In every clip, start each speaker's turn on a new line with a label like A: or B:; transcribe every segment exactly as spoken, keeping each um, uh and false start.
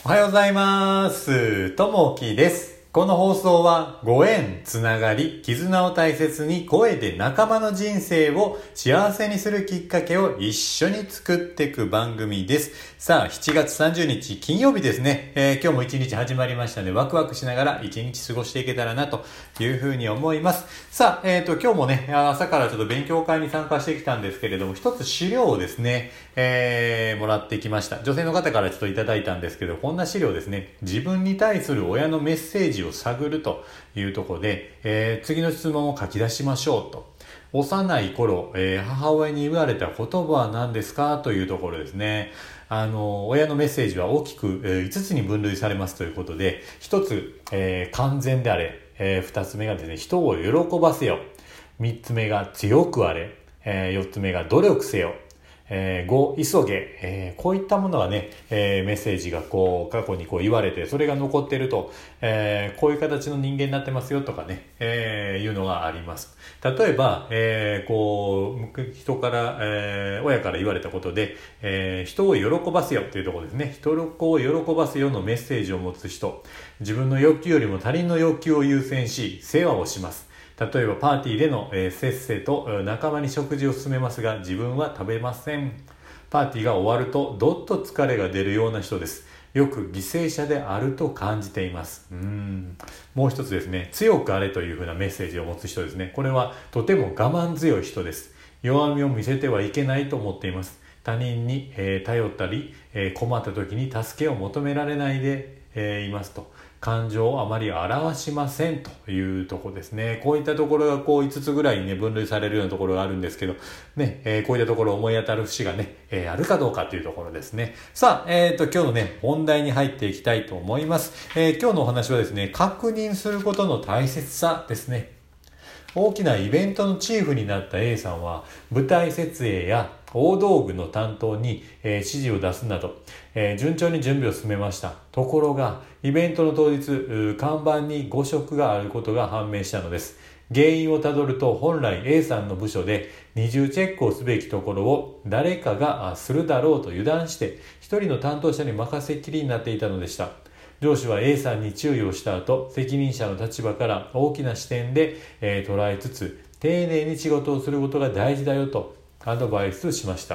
A: おはようございます。ともきです。この放送はご縁、つながり、絆を大切に声で仲間の人生を幸せにするきっかけを一緒に作っていく番組です。さあ、しちがつさんじゅうにち金曜日ですね。えー、今日も一日始まりましたので、ワクワクしながら一日過ごしていけたらなというふうに思います。さあ、えっと、今日もね、朝からちょっと勉強会に参加してきたんですけれども、一つ資料をですね、えー、もらってきました。女性の方からちょっといただいたんですけど、こんな資料ですね。自分に対する親のメッセージを探るというところで、えー、次の質問を書き出しましょうと。幼い頃、えー、母親に言われた言葉は何ですかというところですね。あの、親のメッセージは大きく、えー、いつつに分類されますということで、ひとつ、えー、完全であれ、えー、ふたつめがですね、人を喜ばせよ。みっつめが強くあれ、えー、よっつめが努力せよ。えー、ご、急げ、えー、こういったものがね、えー、メッセージがこう、過去にこう言われて、それが残っていると、えー、こういう形の人間になってますよとかね、えー、いうのがあります。例えば、えー、こう、人から、えー、親から言われたことで、えー、人を喜ばせよというところですね。人を喜ばせよのメッセージを持つ人、自分の欲求よりも他人の欲求を優先し、世話をします。例えばパーティーでの、えー、せっせと仲間に食事を進めますが自分は食べません。パーティーが終わるとどっと疲れが出るような人です。よく犠牲者であると感じています。うーんもう一つですね、強くあれというふうなメッセージを持つ人ですね。これはとても我慢強い人です。弱みを見せてはいけないと思っています。他人に、えー、頼ったり、えー、困った時に助けを求められないで、えー、いますと。感情をあまり表しませんというところですね。こういったところがこういつつぐらいにね分類されるようなところがあるんですけどね、えー、こういったところ思い当たる節がね、えー、あるかどうかというところですね。さあ、えっと今日のね本題に入っていきたいと思います。えー、今日のお話はですね、確認することの大切さですね。大きなイベントのチーフになった A さんは舞台設営や大道具の担当に、えー、指示を出すなど、えー、順調に準備を進めました。ところがイベントの当日看板に誤植があることが判明したのです。原因をたどると本来 A さんの部署で二重チェックをすべきところを誰かがするだろうと油断して一人の担当者に任せっきりになっていたのでした。上司は A さんに注意をした後、責任者の立場から大きな視点で、えー、捉えつつ、丁寧に仕事をすることが大事だよとアドバイスしました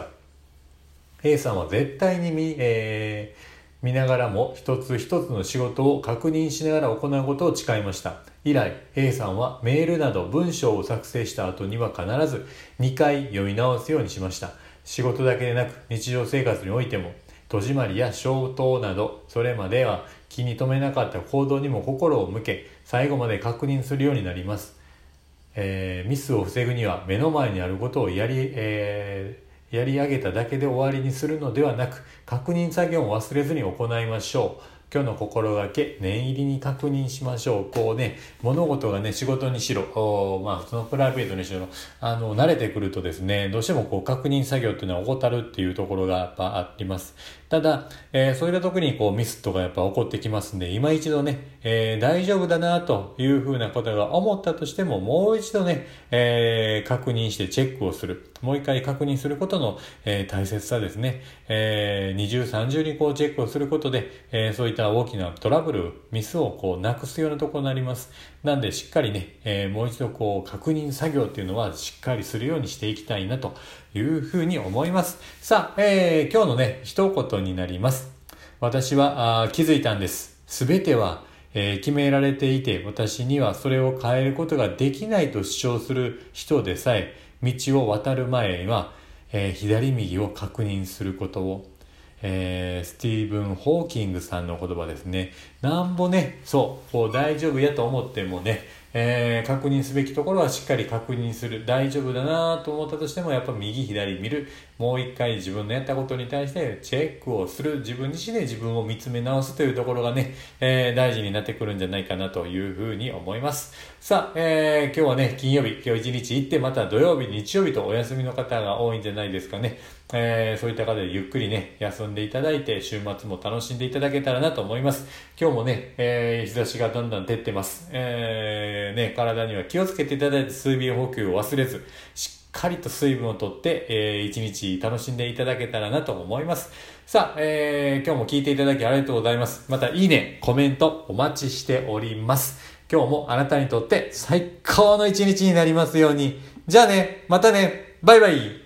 A: 。A さんは絶対に見、えー、見ながらも一つ一つの仕事を確認しながら行うことを誓いました。以来 A さんはメールなど文章を作成した後には必ずにかい読み直すようにしました。仕事だけでなく日常生活においても戸締まりや消灯などそれまでは気に留めなかった行動にも心を向け最後まで確認するようになります。えー、ミスを防ぐには目の前にあることをやり、えー、やり上げただけで終わりにするのではなく確認作業を忘れずに行いましょう。今日の心がけ念入りに確認しましょう。こうね、物事がね仕事にしろ、まあそのプライベートにしろ、あの慣れてくるとですね、どうしてもこう確認作業っていうのは怠るっていうところがやっぱあります。ただ、えー、そういった時にこうミスとかやっぱ起こってきますんで、今一度ね、えー、大丈夫だなというふうなことが思ったとしても、もう一度ね、えー、確認してチェックをする。もう一回確認することの、えー、大切さですね。えー、二重三重にこうチェックをすることで、えー、そういった大きなトラブル、ミスをこうなくすようなところになります。なんでしっかりね、えー、もう一度こう確認作業っていうのはしっかりするようにしていきたいなというふうに思います。さあ、えー、今日のね、一言になります。私はあ気づいたんです。すべては、えー、決められていて、私にはそれを変えることができないと主張する人でさえ、道を渡る前には、えー、左右を確認することを、えー、スティーブン・ホーキングさんの言葉ですね。なんぼね、そう、こう大丈夫やと思ってもね、えー、確認すべきところはしっかり確認する。大丈夫だなと思ったとしてもやっぱ右左見る。もう一回自分のやったことに対してチェックをする。自分自身で自分を見つめ直すというところがね、えー、大事になってくるんじゃないかなというふうに思います。さあ、えー、今日はね、金曜日、今日一日行ってまた土曜日、日曜日とお休みの方が多いんじゃないですかね。えー、そういった方でゆっくりね、休んでいただいて、週末も楽しんでいただけたらなと思います。今日もね、えー、日差しがだんだん照ってます。えー、ね、体には気をつけていただいて水分補給を忘れず、しっかりと水分をとって、えー、一日楽しんでいただけたらなと思います。 さあ、えー、今日も聞いていただきありがとうございます。またいいね、コメントお待ちしております。今日もあなたにとって最高の一日になりますように。じゃあね、またね、バイバイ。